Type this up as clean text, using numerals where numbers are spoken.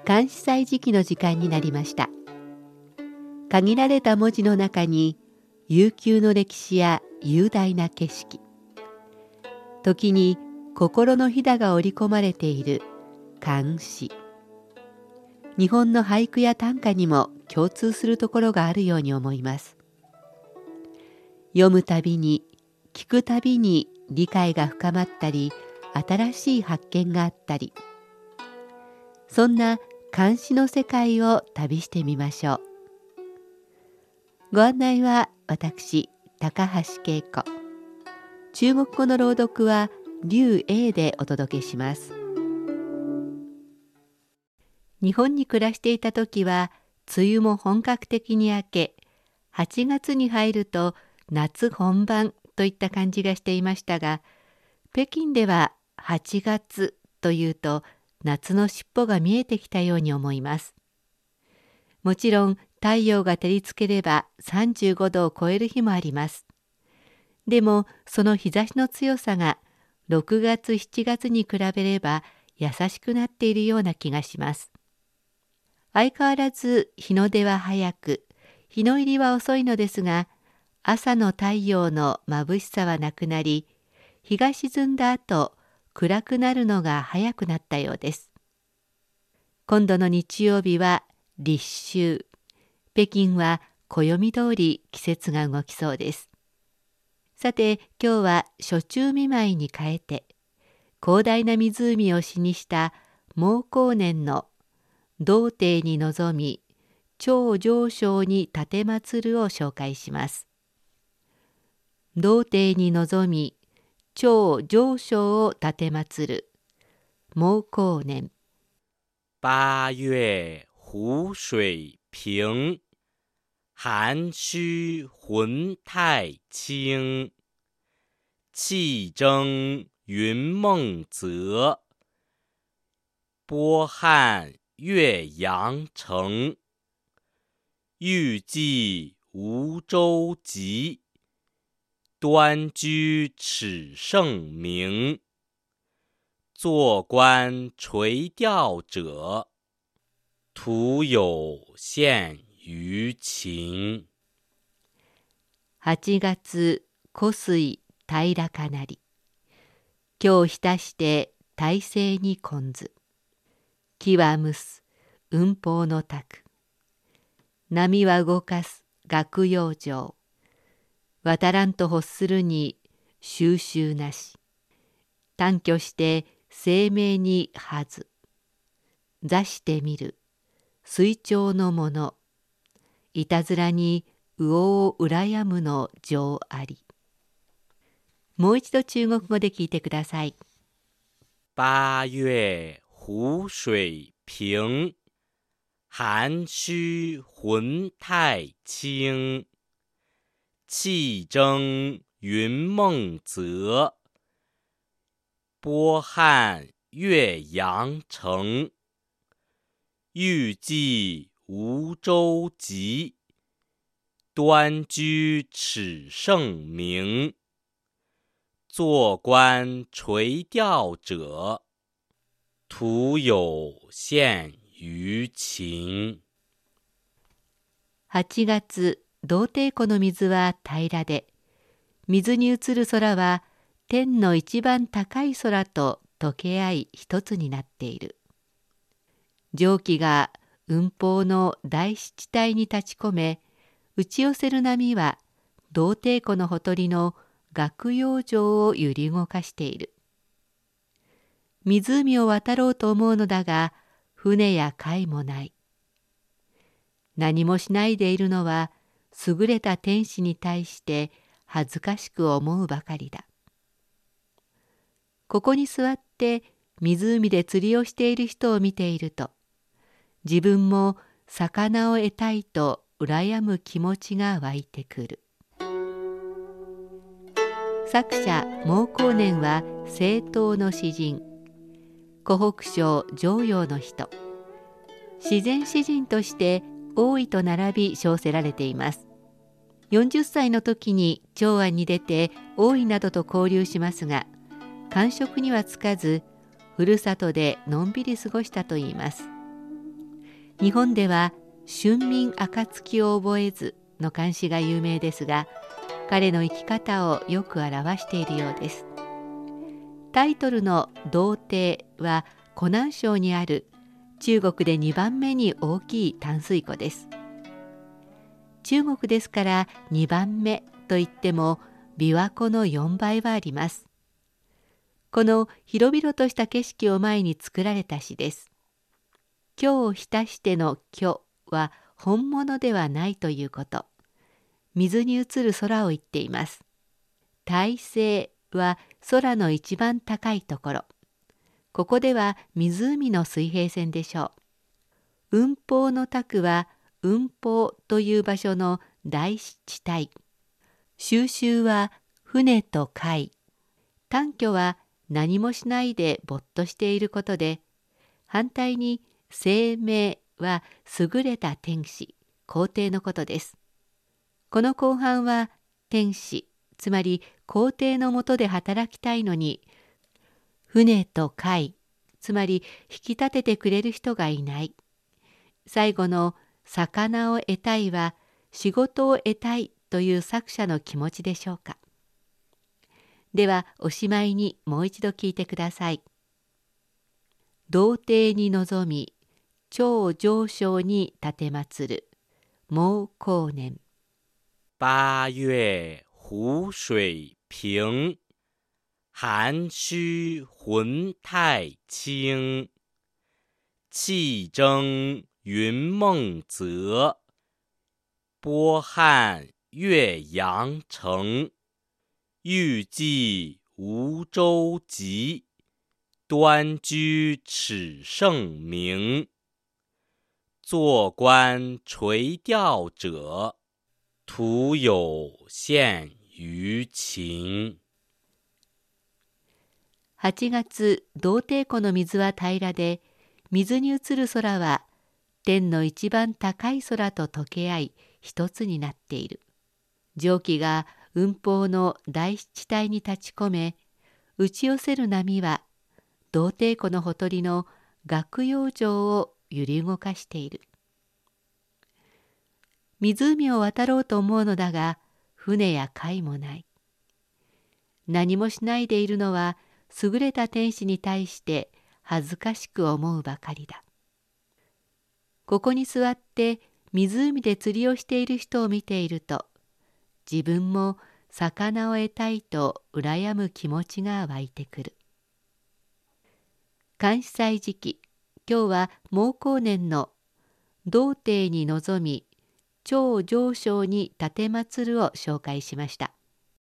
漢詩祭時期の時間になりました。限られた文字の中に悠久の歴史や雄大な景色、時に心のひだが織り込まれている漢詩。日本の俳句や短歌にも共通するところがあるように思います。読むたびに、聞くたびに理解が深まったり、新しい発見があったり、そんな漢詩の世界を旅してみましょう。ご案内は私、高橋恵子。中国語の朗読は劉英でお届けします。日本に暮らしていた時は、梅雨も本格的に明け、8月に入ると夏本番といった感じがしていましたが、北京では8月というと夏の尻尾が見えてきたように思います。もちろん太陽が照りつければ35度を超える日もあります。でもその日差しの強さが6月7月に比べれば優しくなっているような気がします。相変わらず日の出は早く、日の入りは遅いのですが、朝の太陽の眩しさはなくなり、日が沈んだ後、暗くなるのが早くなったようです。今度の日曜日は立秋。北京は暦通り季節が動きそうです。さて、今日は暑中見舞いに変えて、広大な湖を詩にした毛後年の道庭に臨み、超上昇に立てまつるを紹介します。道庭に臨み、超上昇を立てまつる。毛後年。 八月湖水平，寒虚魂太清。气蒸云梦泽，波撼岳阳城。欲济无舟楫，端居耻圣明。坐观垂钓者，徒有羡于情。 8月湖水平らかなり。今日浸して大西に混ず。木は蒸す雲峰の卓。波は動かす岳陽城。渡らんと欲するに収集なし。短居して生命にはず。座してみる水鳥のもの。いたずらに魚を羨むの情あり。もう一度中国語で聞いてください。 八月湖水平，寒虚魂太清。气蒸云梦泽，波撼岳阳城。欲济无舟楫，端居耻圣明。坐观垂钓者，徒有羡于情。 8月、道庭湖の水は平らで、水に映る空は天の一番高い空と溶け合い一つになっている。蒸気が雲峰の大湿地帯に立ち込め、打ち寄せる波は道庭湖のほとりの岳陽城を揺り動かしている。湖を渡ろうと思うのだが、船や貝もない。何もしないでいるのは、優れた天使に対して恥ずかしく思うばかりだ。ここに座って湖で釣りをしている人を見ていると、自分も魚を得たいと羨む気持ちが湧いてくる。作者毛後年は西唐の詩人、湖北省襄陽の人。自然詩人として王位と並び称せられています。40歳の時に長安に出て王位などと交流しますが、官職には就かず、ふるさとでのんびり過ごしたといいます。 日本では春眠暁を覚えずの漢詩が有名ですが、彼の生き方をよく表しているようです。タイトルの道帝は湖南省にある中国で2番目に大きい淡水湖です。中国ですから2番目といっても琵琶湖の4倍はあります。この広々とした景色を前に作られた詩です。虚を浸しての虚は本物ではないということ。水に映る空を言っています。大西は空の一番高いところ。ここでは湖の水平線でしょう。雲峰の卓は雲峰という場所の大地帯。蒐集は船と貝。淡虚は何もしないで没としていることで、反対に清明は優れた天使、皇帝のことです。この後半は天使、つまり皇帝の下で働きたいのに、船と貝、つまり引き立ててくれる人がいない。最後の魚を得たいは仕事を得たいという作者の気持ちでしょうか。ではおしまいにもう一度聞いてください。道帝に臨み、超上昇に奉る、毛後年。 八月湖水平，寒虚浑太清。气蒸云梦泽，波撼岳阳城。欲济无舟楫，端居耻圣明。坐观垂钓者，徒有羡于秦。 8月、道帝湖の水は平らで、水に映る空は天の一番高い空と溶け合い一つになっている。蒸気が雲峰の大地帯に立ち込め、打ち寄せる波は道帝湖のほとりの岳陽城を揺り動かしている。湖を渡ろうと思うのだが、船や貝もない。何もしないでいるのは優れた天使に対して恥ずかしく思うばかりだ。ここに座って湖で釣りをしている人を見ていると、自分も魚を得たいと羨む気持ちが湧いてくる。漢詩祭時期、今日は毛後年の道帝に臨み、超上昇に奉るを紹介しました。